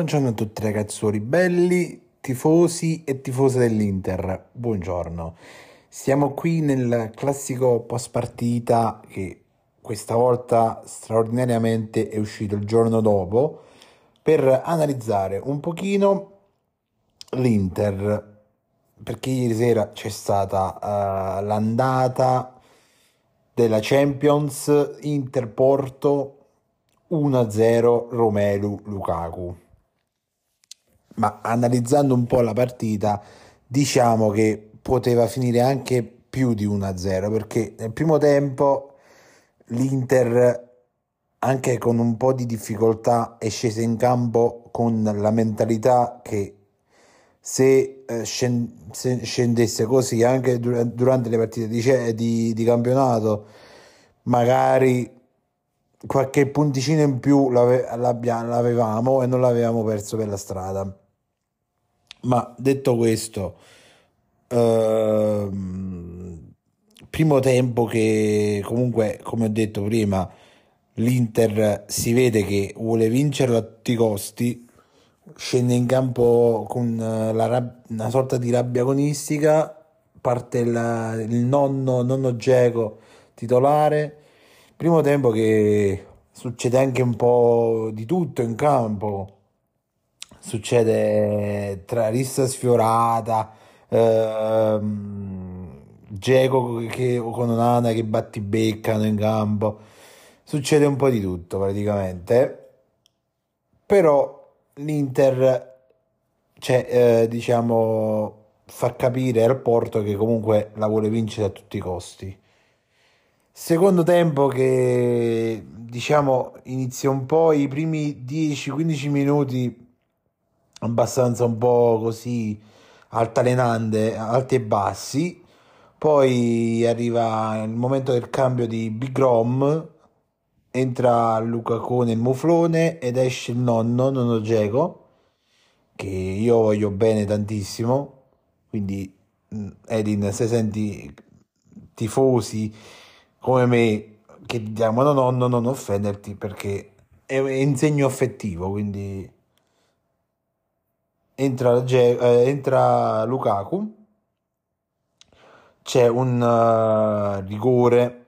Buongiorno a tutti ragazzuoli belli, tifosi e tifose dell'Inter, buongiorno. Siamo qui nel classico post partita che questa volta straordinariamente è uscito il giorno dopo per analizzare un pochino l'Inter, perché ieri sera c'è stata l'andata della Champions Inter-Porto 1-0 Romelu Lukaku. Ma analizzando un po' la partita, diciamo che poteva finire anche più di 1-0 perché nel primo tempo l'Inter, anche con un po' di difficoltà, è scesa in campo con la mentalità che se scendesse così anche durante le partite di campionato, magari qualche punticino in più l'avevamo e non l'avevamo perso per la strada. Ma detto questo, ehm, primo tempo che comunque, come ho detto prima, l'Inter si vede che vuole vincerlo a tutti i costi, scende in campo con una sorta di rabbia agonistica, parte il nonno Dzeko titolare. Primo tempo che succede anche un po' di tutto in campo. Succede tra rissa sfiorata, Dzeko con Onana che battibeccano in campo. Succede un po' di tutto praticamente. Però l'Inter, cioè, diciamo, fa capire al Porto che comunque la vuole vincere a tutti i costi. Secondo tempo che, diciamo, inizia un po' i primi 10-15 minuti abbastanza un po' così altalenante, alti e bassi. Poi arriva il momento del cambio di Big Rom, entra Lukaku nel muflone ed esce il nonno Dzeko, che io voglio bene tantissimo. Quindi Edin, se senti tifosi come me che ti chiamano nonno, non offenderti perché è in segno affettivo, quindi entra Lukaku, c'è un rigore,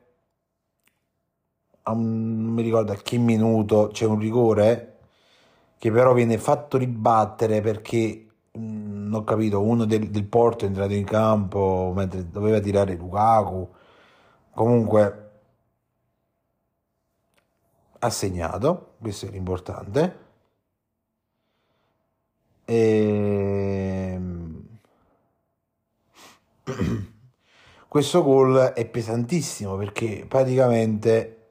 non mi ricordo a che minuto c'è un rigore che però viene fatto ribattere perché non ho capito, uno del Porto è entrato in campo mentre doveva tirare Lukaku. Comunque ha segnato, questo è l'importante. Ehm, Questo gol è pesantissimo perché praticamente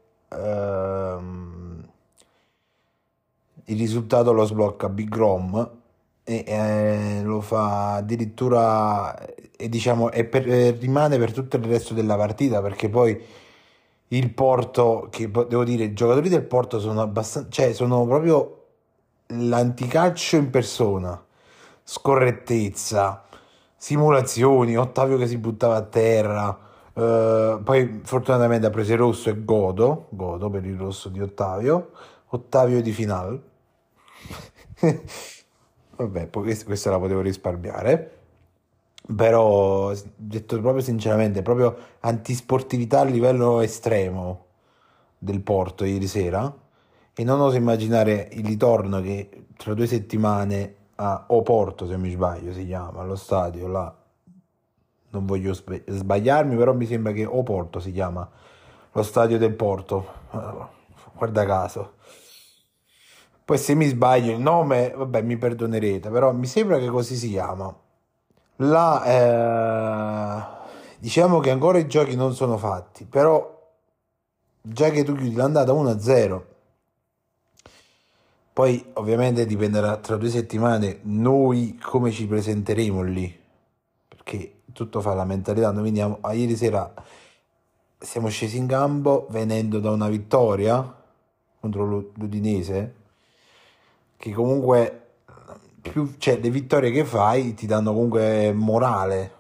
il risultato lo sblocca Big Rom e lo fa addirittura e diciamo rimane per tutto il resto della partita perché poi il Porto, devo dire, i giocatori del Porto sono abbastanza, cioè sono proprio l'anticalcio in persona, scorrettezza, simulazioni, Ottavio che si buttava a terra, poi fortunatamente ha preso il rosso e godo per il rosso di Ottavio di Final. Vabbè, poi questa la potevo risparmiare. Però, detto proprio sinceramente, proprio antisportività a livello estremo del Porto ieri sera. E non oso immaginare il ritorno che tra 2 settimane a Oporto, se mi sbaglio, si chiama, allo stadio là. Non voglio sbagliarmi, però mi sembra che Oporto si chiama lo stadio del Porto. Guarda caso. Poi se mi sbaglio il nome, vabbè, mi perdonerete, però mi sembra che così si chiama. Diciamo che ancora i giochi non sono fatti, però già che tu chiudi l'andata 1-0, poi ovviamente dipenderà tra 2 settimane noi come ci presenteremo lì, perché tutto fa la mentalità. Noi veniamo, ieri sera siamo scesi in campo venendo da una vittoria contro l'Udinese, che comunque più, cioè, le vittorie che fai ti danno comunque morale.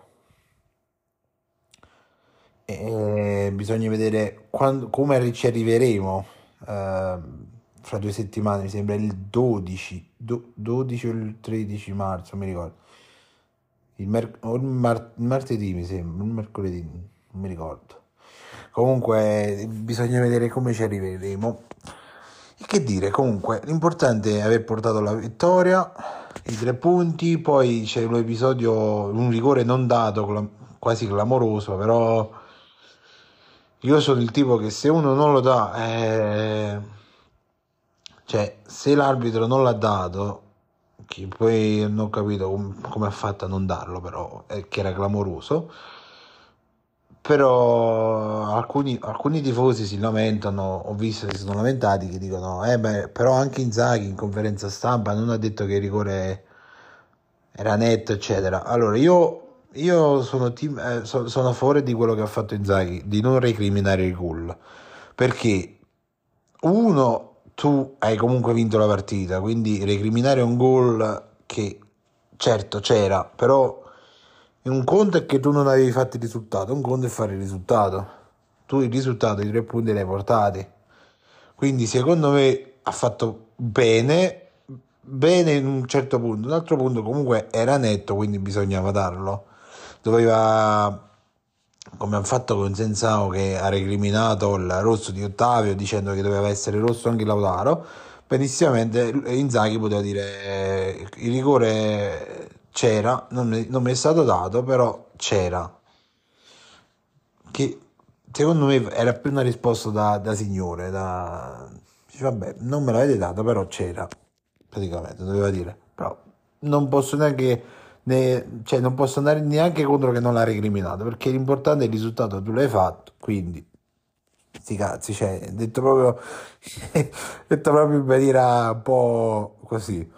Bisogna vedere come ci arriveremo. fra 2 settimane, mi sembra il 12 o il 13 marzo, non mi ricordo. O il martedì mi sembra, il mercoledì, non mi ricordo. Comunque bisogna vedere come ci arriveremo. E che dire, comunque l'importante è aver portato la vittoria, i 3 punti, poi c'è un episodio, un rigore non dato, quasi clamoroso, però io sono il tipo che se uno non lo dà, cioè se l'arbitro non l'ha dato, che poi non ho capito come ha fatto a non darlo, però che era clamoroso. Però alcuni tifosi si lamentano, ho visto che si sono lamentati, che dicono, beh, però anche Inzaghi in conferenza stampa non ha detto che il rigore era netto, eccetera. Allora, io sono, sono a favore di quello che ha fatto Inzaghi, di non recriminare il gol, perché uno, tu hai comunque vinto la partita, quindi recriminare un gol che certo c'era, però un conto è che tu non avevi fatto il risultato, un conto è fare il risultato. Tu il risultato, i 3 punti li hai portati. Quindi secondo me ha fatto bene, bene in un certo punto. Un altro punto comunque era netto, quindi bisognava darlo. Doveva, come ha fatto con Sensao che ha recriminato il rosso di Ottavio dicendo che doveva essere rosso anche Lautaro, benissimamente Inzaghi poteva dire il rigore c'era, non mi è stato dato, però c'era. Che secondo me era più una risposta da signore, dice, vabbè, non me l'avete dato, però c'era, praticamente, doveva dire. Però non posso neanche, cioè, non posso andare neanche contro che non l'ha recriminato, perché l'importante è il risultato, tu l'hai fatto, quindi, sti cazzi, cioè, detto proprio in maniera un po' così.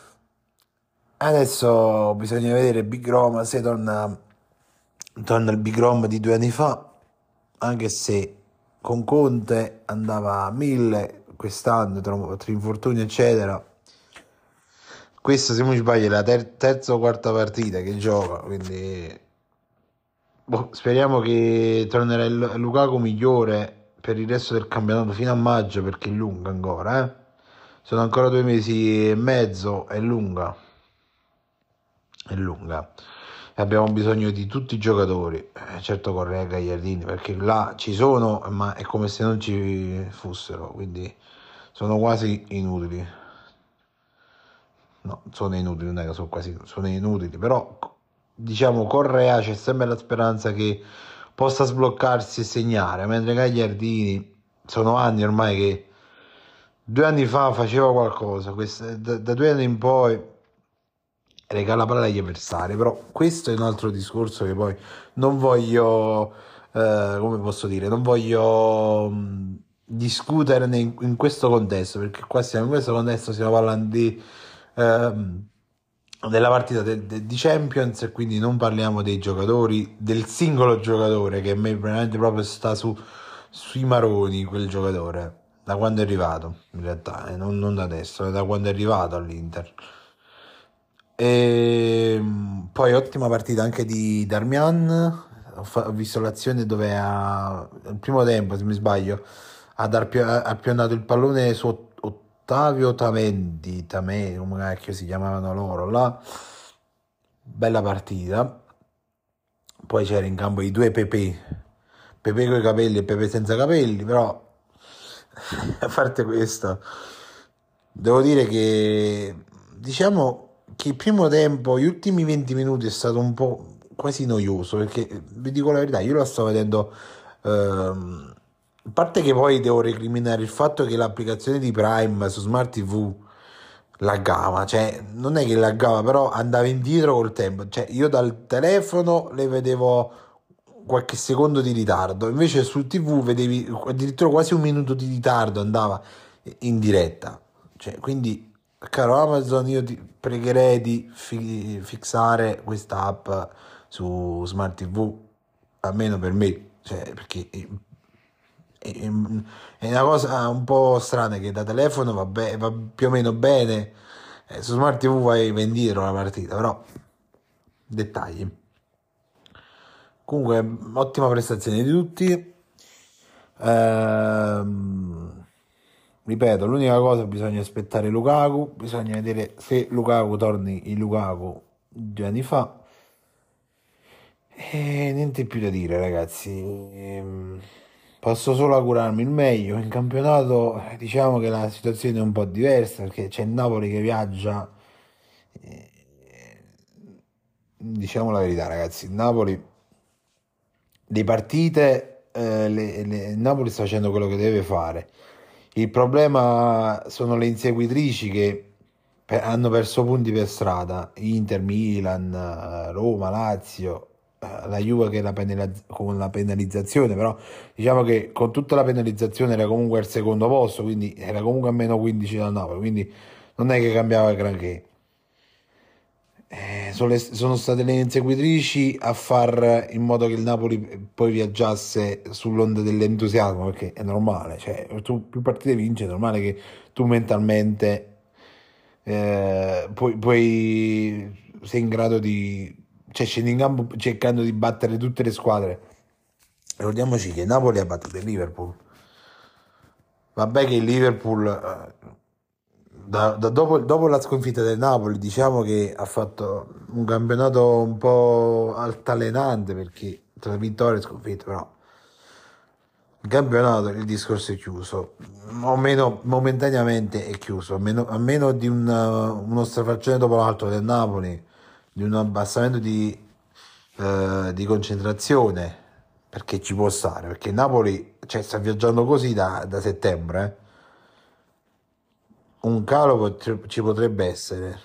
Adesso bisogna vedere Big Roma se torna il Big Rom di 2 anni fa, anche se con Conte andava a 1000 quest'anno tra infortuni eccetera. Questa se non mi sbaglio è la terza o quarta partita che gioca, quindi boh, speriamo che tornerà il Lukaku migliore per il resto del campionato fino a maggio perché è lunga ancora, eh. Sono ancora 2 mesi e mezzo, è lunga. È lunga e abbiamo bisogno di tutti i giocatori, certo Correa e Gagliardini perché là ci sono ma è come se non ci fossero, quindi sono quasi inutili. No, sono inutili, non è che sono quasi, sono inutili, però diciamo Correa c'è sempre la speranza che possa sbloccarsi e segnare, mentre Gagliardini sono anni ormai che 2 anni fa faceva qualcosa, da 2 anni in poi regala palla agli avversari, però questo è un altro discorso che poi non voglio, come posso dire, non voglio discutere in questo contesto, perché qua siamo in questo contesto, stiamo parlando ehm, della partita di Champions e quindi non parliamo dei giocatori, del singolo giocatore che a me veramente proprio sta sui maroni, quel giocatore, da quando è arrivato, in realtà, non da adesso, da quando è arrivato all'Inter. E poi ottima partita anche di Darmian. Ho visto l'azione dove al primo tempo, se mi sbaglio, ha piondato il pallone su Ottavio Tamendi, come cacchio si chiamavano loro là. Bella partita. Poi c'era in campo i due Pepe con i capelli e Pepe senza capelli, però a parte questo, devo dire che diciamo che il primo tempo, gli ultimi 20 minuti è stato un po' quasi noioso, perché vi dico la verità, io lo sto vedendo, a parte che poi devo recriminare il fatto che l'applicazione di Prime su Smart TV laggava, cioè non è che laggava, però andava indietro col tempo, cioè io dal telefono le vedevo qualche secondo di ritardo, invece sul TV vedevi addirittura quasi un minuto di ritardo, andava in diretta. Cioè, quindi, caro Amazon, io ti pregherei di fissare questa app su Smart TV, almeno per me, cioè, perché è- è una cosa un po' strana che da telefono va più o meno bene, su Smart TV vai indietro la partita, però dettagli. Comunque, ottima prestazione di tutti. Ehm, ripeto, l'unica cosa bisogna aspettare Lukaku, bisogna vedere se Lukaku torni il Lukaku di 2 anni fa. E niente più da dire, ragazzi. Posso solo augurarmi il meglio. In campionato, diciamo che la situazione è un po' diversa perché c'è il Napoli che viaggia. eh, Diciamo la verità, ragazzi. Il Napoli, le partite, il Napoli sta facendo quello che deve fare. Il problema sono le inseguitrici che hanno perso punti per strada, Inter, Milan, Roma, Lazio, la Juve che è con la penalizzazione, però diciamo che con tutta la penalizzazione era comunque al secondo posto, quindi era comunque a meno 15 dal Napoli, quindi non è che cambiava granché. Sono state le inseguitrici a far in modo che il Napoli poi viaggiasse sull'onda dell'entusiasmo, perché è normale, cioè tu più partite vinci, è normale che tu mentalmente sei in grado di, cioè scendi in campo cercando di battere tutte le squadre. Ricordiamoci che il Napoli ha battuto il Liverpool. Vabbè che il Liverpool, dopo la sconfitta del Napoli, diciamo che ha fatto un campionato un po' altalenante perché tra vittorie e sconfitte, però il campionato il discorso è chiuso, o meno momentaneamente è chiuso, a meno di uno strafalcione dopo l'altro del Napoli, di un abbassamento di concentrazione, perché ci può stare, perché il Napoli cioè, sta viaggiando così da settembre, eh. Un calo ci potrebbe essere,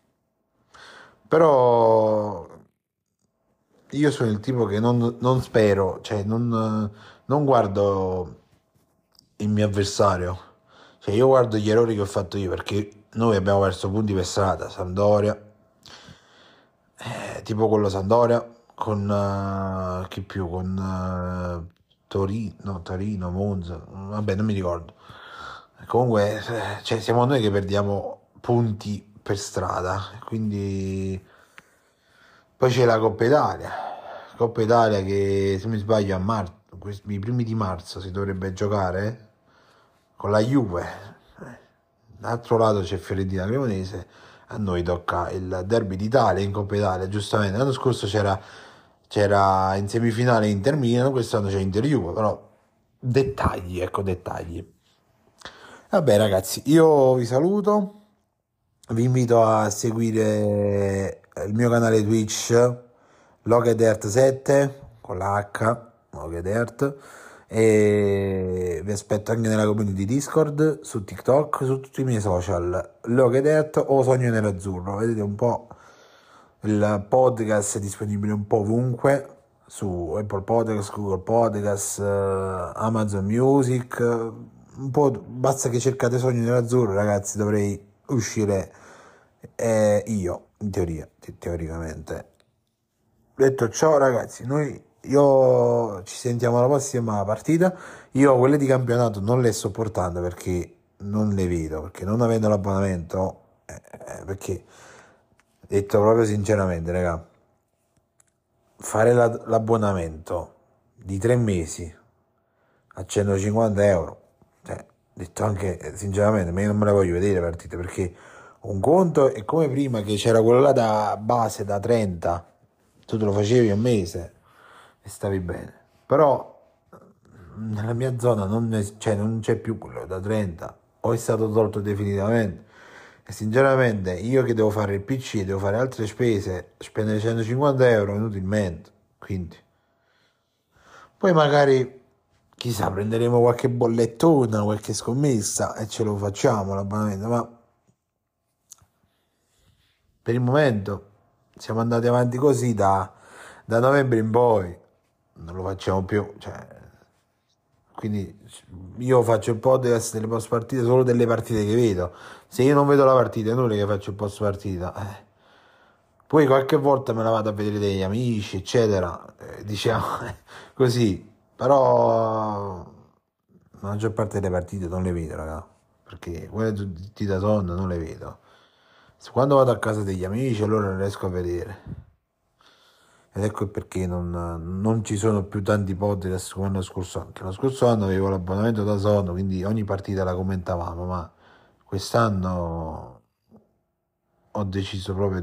però io sono il tipo che non spero, cioè non guardo il mio avversario, cioè io guardo gli errori che ho fatto io perché noi abbiamo perso punti per strada, Sampdoria, tipo con la Sampdoria, con chi più, con Torino, no, Torino, Monza, vabbè non mi ricordo. Comunque, cioè, siamo noi che perdiamo punti per strada, quindi poi c'è la Coppa Italia. Coppa Italia che se mi sbaglio a marzo, i primi di marzo si dovrebbe giocare con la Juve. D'altro lato c'è Fiorentina Cremonese, a noi tocca il derby d'Italia in Coppa Italia, giustamente. L'anno scorso c'era in semifinale Inter Milan, quest'anno c'è Inter Juve, però dettagli, ecco dettagli. Vabbè ragazzi, io vi saluto, vi invito a seguire il mio canale Twitch Logedert7 con la H, Logedert, e vi aspetto anche nella community Discord, su TikTok, su tutti i miei social, Logedert o Sogno Nell'Azzurro, vedete un po' il podcast è disponibile un po' ovunque, su Apple Podcast, Google Podcast, Amazon Music, un po' basta che cercate Sogno Nell'Azzurro, ragazzi, dovrei uscire io, in teoria, teoricamente. Detto ciò, ragazzi, io ci sentiamo alla prossima partita. Io quelle di campionato non le sto portando perché non le vedo, perché non avendo l'abbonamento, perché detto proprio sinceramente, raga, fare l'abbonamento di 3 mesi a 150 euro, cioè, detto anche sinceramente, ma io non me la voglio vedere le partite perché un conto è come prima che c'era quello là da base da 30, tu te lo facevi a mese e stavi bene, però nella mia zona non c'è più quello da 30, o è stato tolto definitivamente. E sinceramente io che devo fare il PC e devo fare altre spese, spendere 150 euro inutilmente, quindi poi magari, chissà, prenderemo qualche bollettona, qualche scommessa e ce lo facciamo l'abbonamento, ma per il momento siamo andati avanti così da novembre in poi, non lo facciamo più, cioè, quindi io faccio il podcast delle post partite solo delle partite che vedo. Se io non vedo la partita, è inutile che faccio il post partita. Poi qualche volta me la vado a vedere degli amici, eccetera, diciamo così, però la maggior parte delle partite non le vedo, raga, perché quelle di Dazon non le vedo. Quando vado a casa degli amici allora le riesco a vedere. ed ecco perché non ci sono più tanti podcast come l'anno scorso. Anche l'anno scorso anno avevo l'abbonamento da sonno, quindi ogni partita la commentavamo, ma quest'anno ho deciso proprio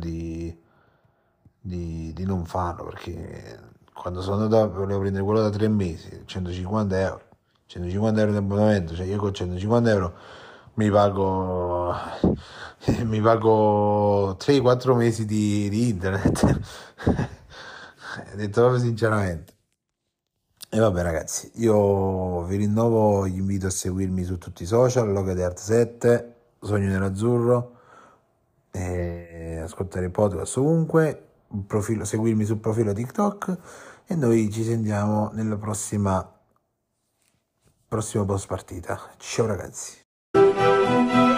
di non farlo, perché quando sono andato volevo prendere quello da 3 mesi, 150 euro. 150 euro di abbonamento, cioè io con 150 euro mi pago, mi pago 3-4 mesi di internet. Detto proprio sinceramente. E vabbè ragazzi, io vi rinnovo, gli invito a seguirmi su tutti i social, Logadeart7, Sogno Nerazzurro, e ascoltare i podcast ovunque, seguirmi sul profilo TikTok e noi ci sentiamo nella prossima post partita. Ciao ragazzi.